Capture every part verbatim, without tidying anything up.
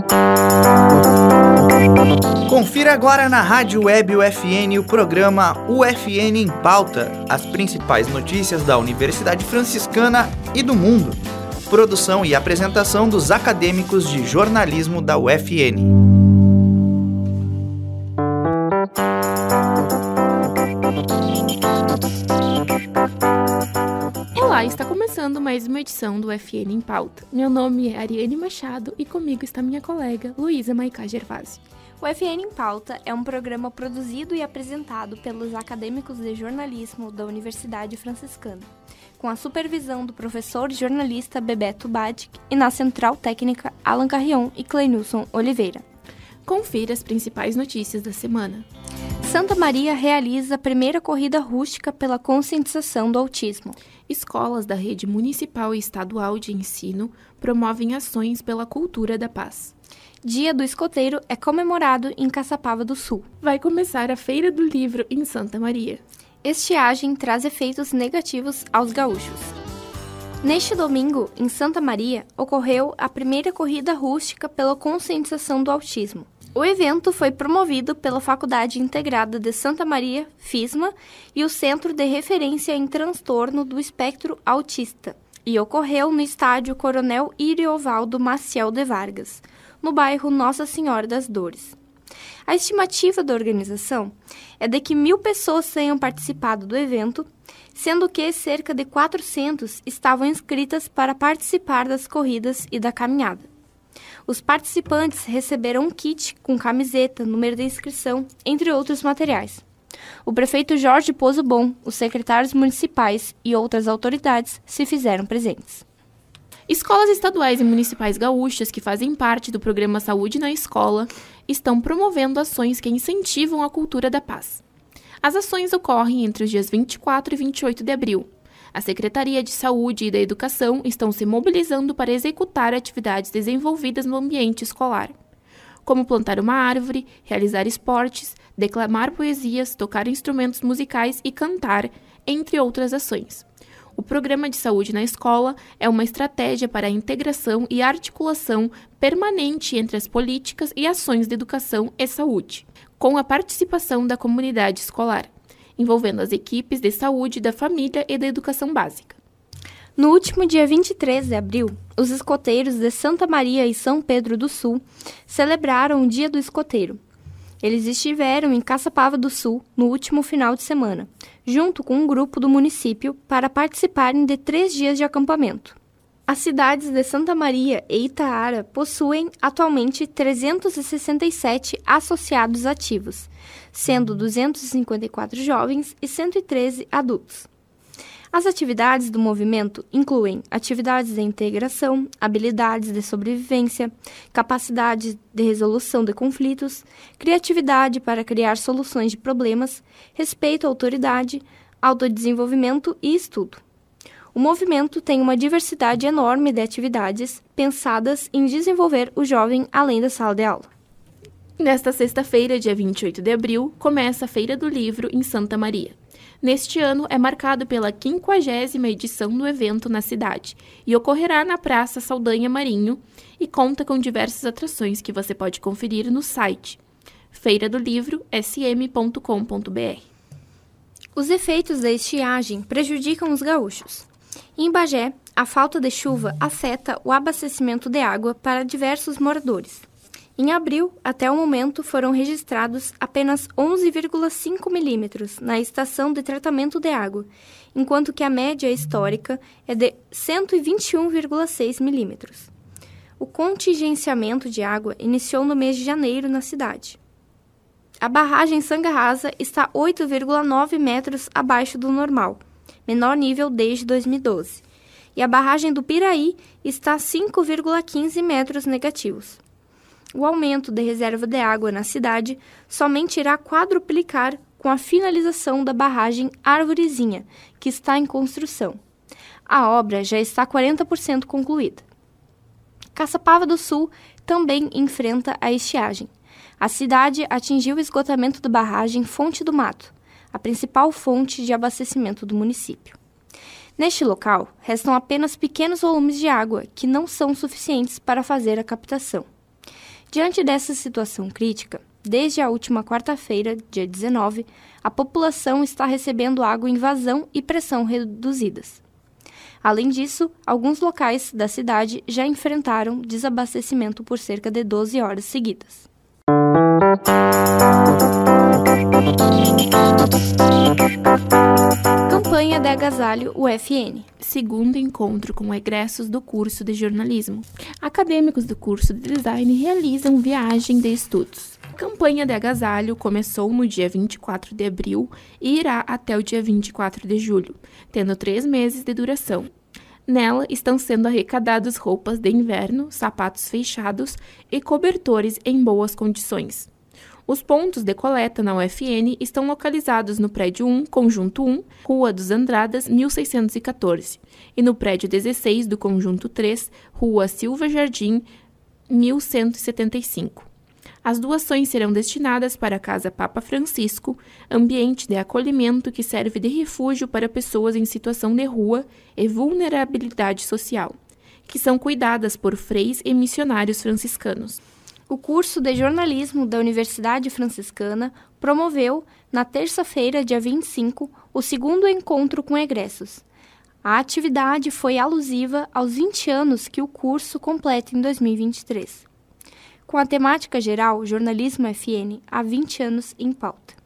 Confira agora na Rádio Web U F N o programa U F N em Pauta, as principais notícias da Universidade Franciscana e do mundo. Produção e apresentação dos acadêmicos de jornalismo da U F N. Olá, está começando mais uma edição do U F N em Pauta. Meu nome é Ariane Machado e comigo está minha colega Luísa Maicá Gervásio. O U F N em Pauta é um programa produzido e apresentado pelos acadêmicos de jornalismo da Universidade Franciscana, com a supervisão do professor e jornalista Bebeto Badic e na central técnica Alan Carrion e Clenilson Oliveira. Confira as principais notícias da semana. Santa Maria realiza a primeira corrida rústica pela conscientização do autismo. Escolas da rede municipal e estadual de ensino promovem ações pela cultura da paz. Dia do Escoteiro é comemorado em Caçapava do Sul. Vai começar a Feira do Livro em Santa Maria. Estiagem traz efeitos negativos aos gaúchos. Neste domingo, em Santa Maria, ocorreu a primeira corrida rústica pela conscientização do autismo. O evento foi promovido pela Faculdade Integrada de Santa Maria, FISMA, e o Centro de Referência em Transtorno do Espectro Autista, e ocorreu no estádio Coronel Iriovaldo Maciel de Vargas, no bairro Nossa Senhora das Dores. A estimativa da organização é de que mil pessoas tenham participado do evento, sendo que cerca de quatrocentas estavam inscritas para participar das corridas e da caminhada. Os participantes receberam um kit com camiseta, número de inscrição, entre outros materiais. O prefeito Jorge Pozo Bom, os secretários municipais e outras autoridades se fizeram presentes. Escolas estaduais e municipais gaúchas que fazem parte do programa Saúde na Escola estão promovendo ações que incentivam a cultura da paz. As ações ocorrem entre os dias vinte e quatro e vinte e oito de abril. A Secretaria de Saúde e da Educação estão se mobilizando para executar atividades desenvolvidas no ambiente escolar, como plantar uma árvore, realizar esportes, declamar poesias, tocar instrumentos musicais e cantar, entre outras ações. O Programa de Saúde na Escola é uma estratégia para a integração e articulação permanente entre as políticas e ações de educação e saúde, com a participação da comunidade escolar, envolvendo as equipes de saúde, da família e da educação básica. No último dia vinte e três de abril, os escoteiros de Santa Maria e São Pedro do Sul celebraram o Dia do Escoteiro. Eles estiveram em Caçapava do Sul no último final de semana, junto com um grupo do município para participarem de três dias de acampamento. As cidades de Santa Maria e Itaara possuem atualmente trezentos e sessenta e sete associados ativos, sendo duzentos e cinquenta e quatro jovens e cento e treze adultos. As atividades do movimento incluem atividades de integração, habilidades de sobrevivência, capacidade de resolução de conflitos, criatividade para criar soluções de problemas, respeito à autoridade, autodesenvolvimento e estudo. O movimento tem uma diversidade enorme de atividades pensadas em desenvolver o jovem além da sala de aula. Nesta sexta-feira, dia vinte e oito de abril, começa a Feira do Livro em Santa Maria. Neste ano, é marcado pela quinquagésima edição do evento na cidade e ocorrerá na Praça Saldanha Marinho e conta com diversas atrações que você pode conferir no site feira do livro s m ponto com ponto b r. Os efeitos da estiagem prejudicam os gaúchos. Em Bagé, a falta de chuva afeta o abastecimento de água para diversos moradores. Em abril, até o momento, foram registrados apenas onze vírgula cinco milímetros na estação de tratamento de água, enquanto que a média histórica é de cento e vinte e um vírgula seis milímetros. O contingenciamento de água iniciou no mês de janeiro na cidade. A barragem Sangarrasa está oito vírgula nove metros abaixo do normal, menor nível desde dois mil e doze, e a barragem do Piraí está a cinco vírgula quinze metros negativos. O aumento de reserva de água na cidade somente irá quadruplicar com a finalização da barragem Arvorezinha, que está em construção. A obra já está quarenta por cento concluída. Caçapava do Sul também enfrenta a estiagem. A cidade atingiu o esgotamento da barragem Fonte do Mato, a principal fonte de abastecimento do município. Neste local, restam apenas pequenos volumes de água que não são suficientes para fazer a captação. Diante dessa situação crítica, desde a última quarta-feira, dia dezenove, a população está recebendo água em vazão e pressão reduzidas. Além disso, alguns locais da cidade já enfrentaram desabastecimento por cerca de doze horas seguidas. Campanha de agasalho U F N. Segundo encontro com egressos do curso de jornalismo. Acadêmicos do curso de design realizam viagem de estudos. A campanha de agasalho começou no dia vinte e quatro de abril e irá até o dia vinte e quatro de julho, tendo três meses de duração. Nela estão sendo arrecadadas roupas de inverno, sapatos fechados e cobertores em boas condições. Os pontos de coleta na U F N estão localizados no prédio um, Conjunto um, Rua dos Andradas, mil seiscentos e quatorze, e no prédio dezesseis do Conjunto três, Rua Silva Jardim, mil cento e setenta e cinco. As doações serão destinadas para a Casa Papa Francisco, ambiente de acolhimento que serve de refúgio para pessoas em situação de rua e vulnerabilidade social, que são cuidadas por freis e missionários franciscanos. O curso de jornalismo da Universidade Franciscana promoveu, na terça-feira, dia vinte e cinco, o segundo encontro com egressos. A atividade foi alusiva aos vinte anos que o curso completa em dois mil e vinte e três. Com a temática geral Jornalismo F N há vinte anos em pauta.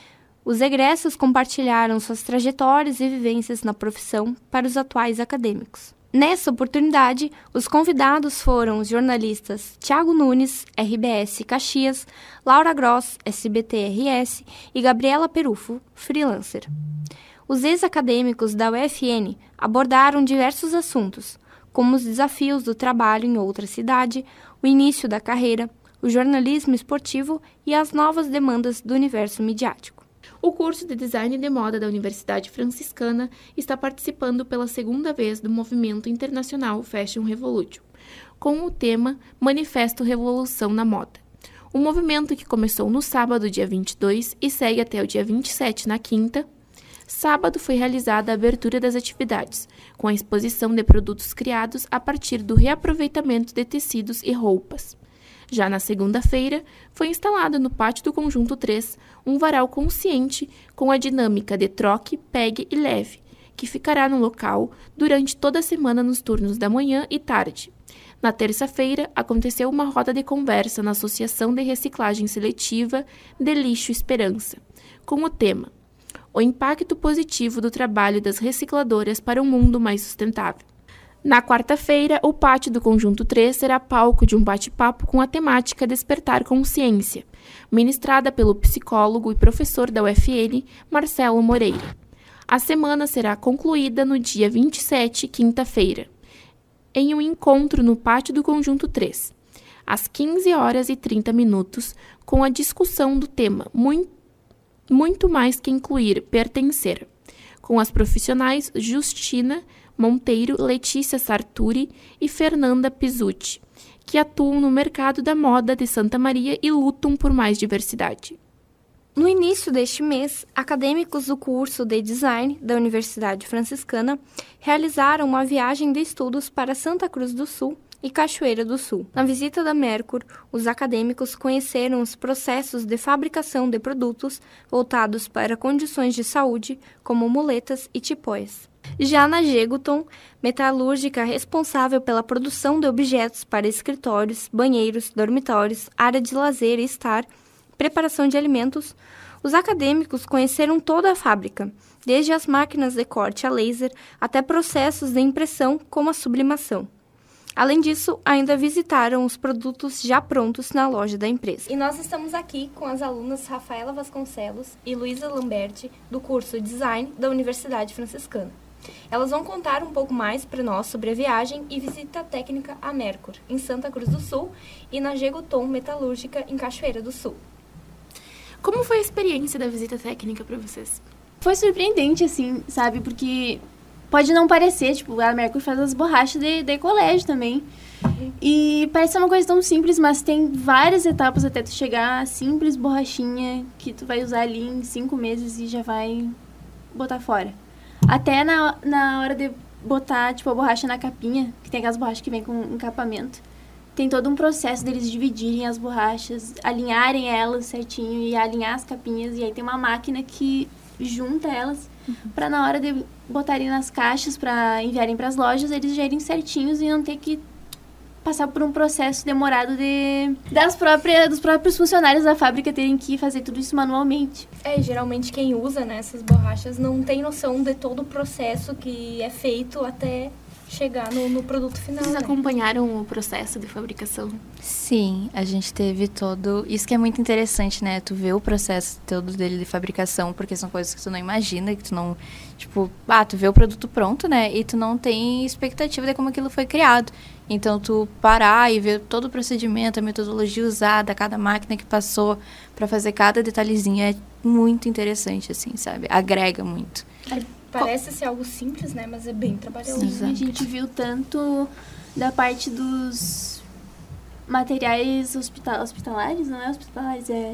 Os egressos compartilharam suas trajetórias e vivências na profissão para os atuais acadêmicos. Nessa oportunidade, os convidados foram os jornalistas Tiago Nunes, R B S Caxias, Laura Gross, S B T R S e Gabriela Perufo, freelancer. Os ex-acadêmicos da U F N abordaram diversos assuntos, como os desafios do trabalho em outra cidade, o início da carreira, o jornalismo esportivo e as novas demandas do universo midiático. O curso de Design de Moda da Universidade Franciscana está participando pela segunda vez do movimento internacional Fashion Revolution, com o tema Manifesto Revolução na Moda. O movimento, que começou no sábado, dia vinte e dois, e segue até o dia vinte e sete, na quinta. Sábado foi realizada a abertura das atividades, com a exposição de produtos criados a partir do reaproveitamento de tecidos e roupas. Já na segunda-feira, foi instalado no pátio do Conjunto três um varal consciente com a dinâmica de troque, pegue e leve, que ficará no local durante toda a semana nos turnos da manhã e tarde. Na terça-feira, aconteceu uma roda de conversa na Associação de Reciclagem Seletiva de Lixo Esperança, com o tema O impacto positivo do trabalho das recicladoras para um mundo mais sustentável. Na quarta-feira, o pátio do Conjunto três será palco de um bate-papo com a temática Despertar Consciência, ministrada pelo psicólogo e professor da U F N, Marcelo Moreira. A semana será concluída no dia vinte e sete, quinta-feira, em um encontro no pátio do Conjunto três, às quinze horas e trinta minutos, com a discussão do tema Muito, muito mais que incluir, pertencer, com as profissionais Justina Monteiro, Letícia Sarturi e Fernanda Pizzuti, que atuam no mercado da moda de Santa Maria e lutam por mais diversidade. No início deste mês, acadêmicos do curso de Design da Universidade Franciscana realizaram uma viagem de estudos para Santa Cruz do Sul e Cachoeira do Sul. Na visita da Mercur, os acadêmicos conheceram os processos de fabricação de produtos voltados para condições de saúde, como muletas e tipóias. Já na Geguton, metalúrgica responsável pela produção de objetos para escritórios, banheiros, dormitórios, área de lazer e estar, preparação de alimentos, os acadêmicos conheceram toda a fábrica, desde as máquinas de corte a laser até processos de impressão como a sublimação. Além disso, ainda visitaram os produtos já prontos na loja da empresa. E nós estamos aqui com as alunas Rafaela Vasconcelos e Luísa Lamberti, do curso Design da Universidade Franciscana. Elas vão contar um pouco mais para nós sobre a viagem e visita técnica à Mercur, em Santa Cruz do Sul, e na Geguton Metalúrgica, em Cachoeira do Sul. Como foi a experiência da visita técnica para vocês? Foi surpreendente, assim, sabe? Porque pode não parecer, tipo, a Mercur faz as borrachas de, de colégio também. Uhum. E parece ser uma coisa tão simples, mas tem várias etapas até tu chegar a simples borrachinha que tu vai usar ali em cinco meses e já vai botar fora. Até na, na hora de botar, tipo, a borracha na capinha, que tem aquelas borrachas que vem com encapamento. tem todo um processo deles dividirem as borrachas, alinharem elas certinho e alinhar as capinhas. E aí tem uma máquina que junta elas uhum. para na hora de botarem nas caixas para enviarem para as lojas, eles já irem certinhos e não ter que passar por um processo demorado de das próprias, dos próprios funcionários da fábrica terem que fazer tudo isso manualmente. É, geralmente quem usa, né, essas borrachas não tem noção de todo o processo que é feito até chegar no, no produto final. Vocês né? acompanharam o processo de fabricação? Sim, a gente teve todo... Isso que é muito interessante, né? Tu vê o processo todo dele de fabricação, porque são coisas que tu não imagina, que tu não... Tipo, ah, tu vê o produto pronto, né? E tu não tem expectativa de como aquilo foi criado. Então, tu parar e ver todo o procedimento, a metodologia usada, cada máquina que passou para fazer cada detalhezinho é muito interessante, assim, sabe? Agrega muito. É, parece ser algo simples, né? Mas é bem trabalhoso. Sim, a gente viu tanto da parte dos materiais hospital, hospitalares, não é hospitalares, é...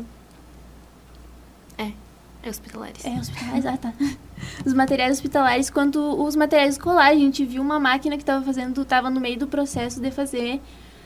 É, é hospitalares. É hospitalares, ah, tá. Os materiais hospitalares, quanto os materiais escolares. A gente viu uma máquina que estava fazendo, estava no meio do processo de fazer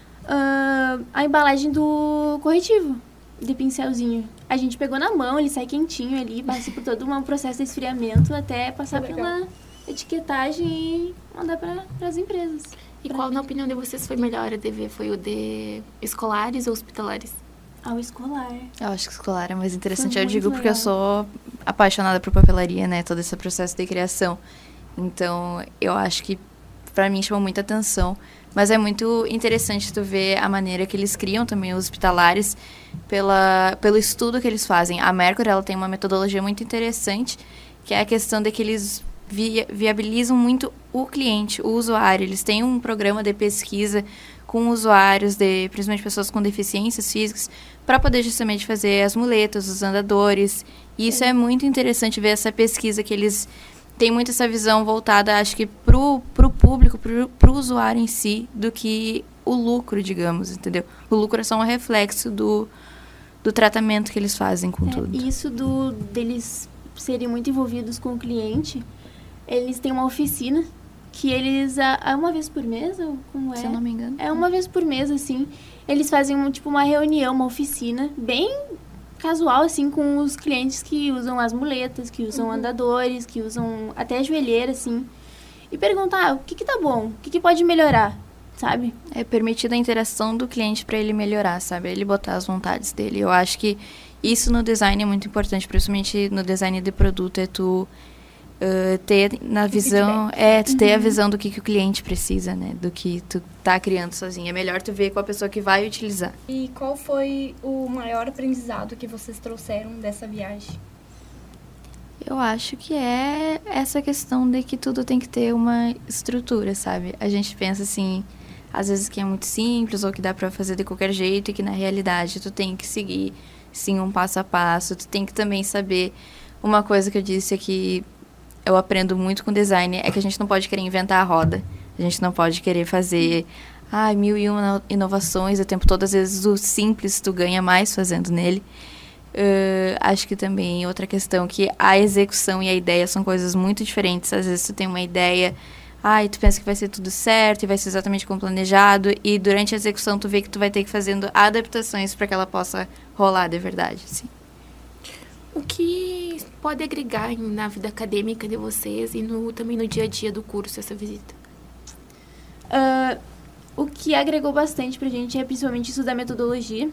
uh, a embalagem do corretivo, de pincelzinho. A gente pegou na mão, ele sai quentinho ali, passa por todo um processo de esfriamento até passar pela etiquetagem e mandar para as empresas. E qual, na opinião de vocês, foi melhor a D V? Foi o de escolares ou hospitalares? Ao escolar. Eu acho que escolar é mais interessante. Foi Eu muito digo porque legal. eu sou apaixonada por papelaria, né? Todo esse processo de criação. Então, eu acho que pra mim chamou muita atenção. Mas é muito interessante tu ver a maneira que eles criam também os hospitalares pela, pelo estudo que eles fazem. A Mercury, ela tem uma metodologia muito interessante, que é a questão de que eles vi, viabilizam muito o cliente, o usuário. Eles têm um programa de pesquisa com usuários, de, principalmente pessoas com deficiências físicas, para poder justamente fazer as muletas, os andadores. E isso é muito interessante ver essa pesquisa que eles têm muito essa visão voltada, acho que, pro, pro público, pro, pro usuário em si, do que o lucro, digamos, entendeu? O lucro é só um reflexo do, do tratamento que eles fazem com É, tudo. isso do, deles serem muito envolvidos com o cliente, eles têm uma oficina que eles, a, a uma vez por mês, ou como é? Se eu não me engano. É uma vez por mês, assim, eles fazem um, tipo uma reunião, uma oficina, bem casual, assim, com os clientes que usam as muletas, que usam uhum. andadores, que usam até a joelheira, assim, e perguntar, ah, o que que tá bom, o que que pode melhorar, sabe? É permitida a interação do cliente para ele melhorar, sabe? Ele botar as vontades dele. Eu acho que isso no design é muito importante, principalmente no design de produto, é tu Uh, ter na visão, é, tu ter uhum. a visão do que, que o cliente precisa, né? Do que tu tá criando sozinho. É melhor tu ver com a pessoa que vai utilizar. E qual foi o maior aprendizado que vocês trouxeram dessa viagem? Eu acho que é essa questão de que tudo tem que ter uma estrutura, sabe? A gente pensa assim, às vezes que é muito simples ou que dá pra fazer de qualquer jeito e que na realidade tu tem que seguir, sim, um passo a passo. Tu tem que também saber uma coisa que eu disse aqui, eu aprendo muito com design, é que a gente não pode querer inventar a roda. A gente não pode querer fazer ah, mil e uma inovações o tempo todo. Às vezes o simples tu ganha mais fazendo nele. Uh, acho que também outra questão que a execução e a ideia são coisas muito diferentes. Às vezes tu tem uma ideia, ah, e tu pensa que vai ser tudo certo e vai ser exatamente como planejado, e durante a execução tu vê que tu vai ter que ir fazendo adaptações para que ela possa rolar de verdade, assim. O que pode agregar na vida acadêmica de vocês e no, também no dia a dia do curso essa visita? Uh, o que agregou bastante pra gente é principalmente isso da metodologia,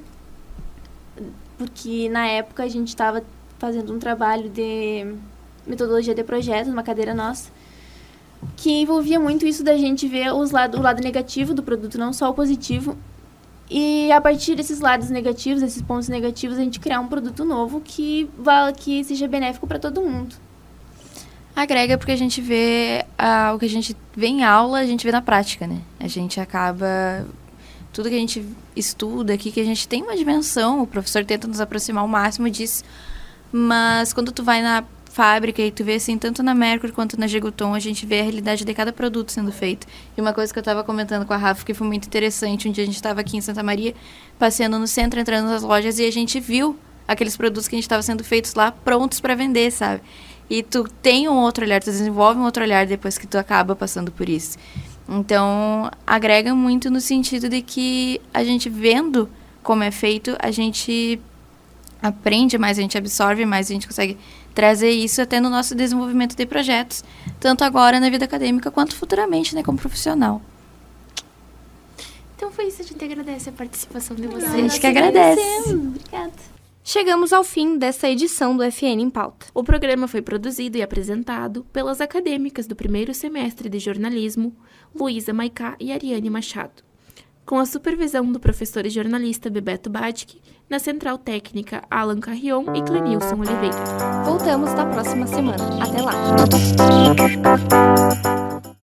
porque na época a gente estava fazendo um trabalho de metodologia de projetos, uma cadeira nossa, que envolvia muito isso da gente ver os lado, o lado negativo do produto, não só o positivo. E a partir desses lados negativos, desses pontos negativos, a gente criar um produto novo que, vá, que seja benéfico para todo mundo. Agrega porque a gente vê ah, o que a gente vê em aula, a gente vê na prática, né? A gente acaba... Tudo que a gente estuda aqui, que a gente tem uma dimensão, o professor tenta nos aproximar ao máximo disso, mas quando tu vai na fábrica e tu vê assim, tanto na Mercury quanto na Geguton, a gente vê a realidade de cada produto sendo feito. E uma coisa que eu estava comentando com a Rafa, que foi muito interessante, um dia a gente estava aqui em Santa Maria, passeando no centro, entrando nas lojas, e a gente viu aqueles produtos que a gente estava sendo feitos lá, prontos para vender, sabe? E tu tem um outro olhar, tu desenvolve um outro olhar depois que tu acaba passando por isso. Então, agrega muito no sentido de que a gente vendo como é feito, a gente aprende mais, a gente absorve mais, a gente consegue trazer isso até no nosso desenvolvimento de projetos, tanto agora na vida acadêmica quanto futuramente, né, como profissional. Então foi isso, a gente agradece a participação de vocês. A gente que agradece. Obrigada. Chegamos ao fim dessa edição do F N em Pauta. O programa foi produzido e apresentado pelas acadêmicas do primeiro semestre de jornalismo, Luísa Maicá e Ariane Machado, com a supervisão do professor e jornalista Bebeto Badic, na central técnica Alan Carrion e Clenilson Oliveira. Voltamos na próxima semana. Até lá!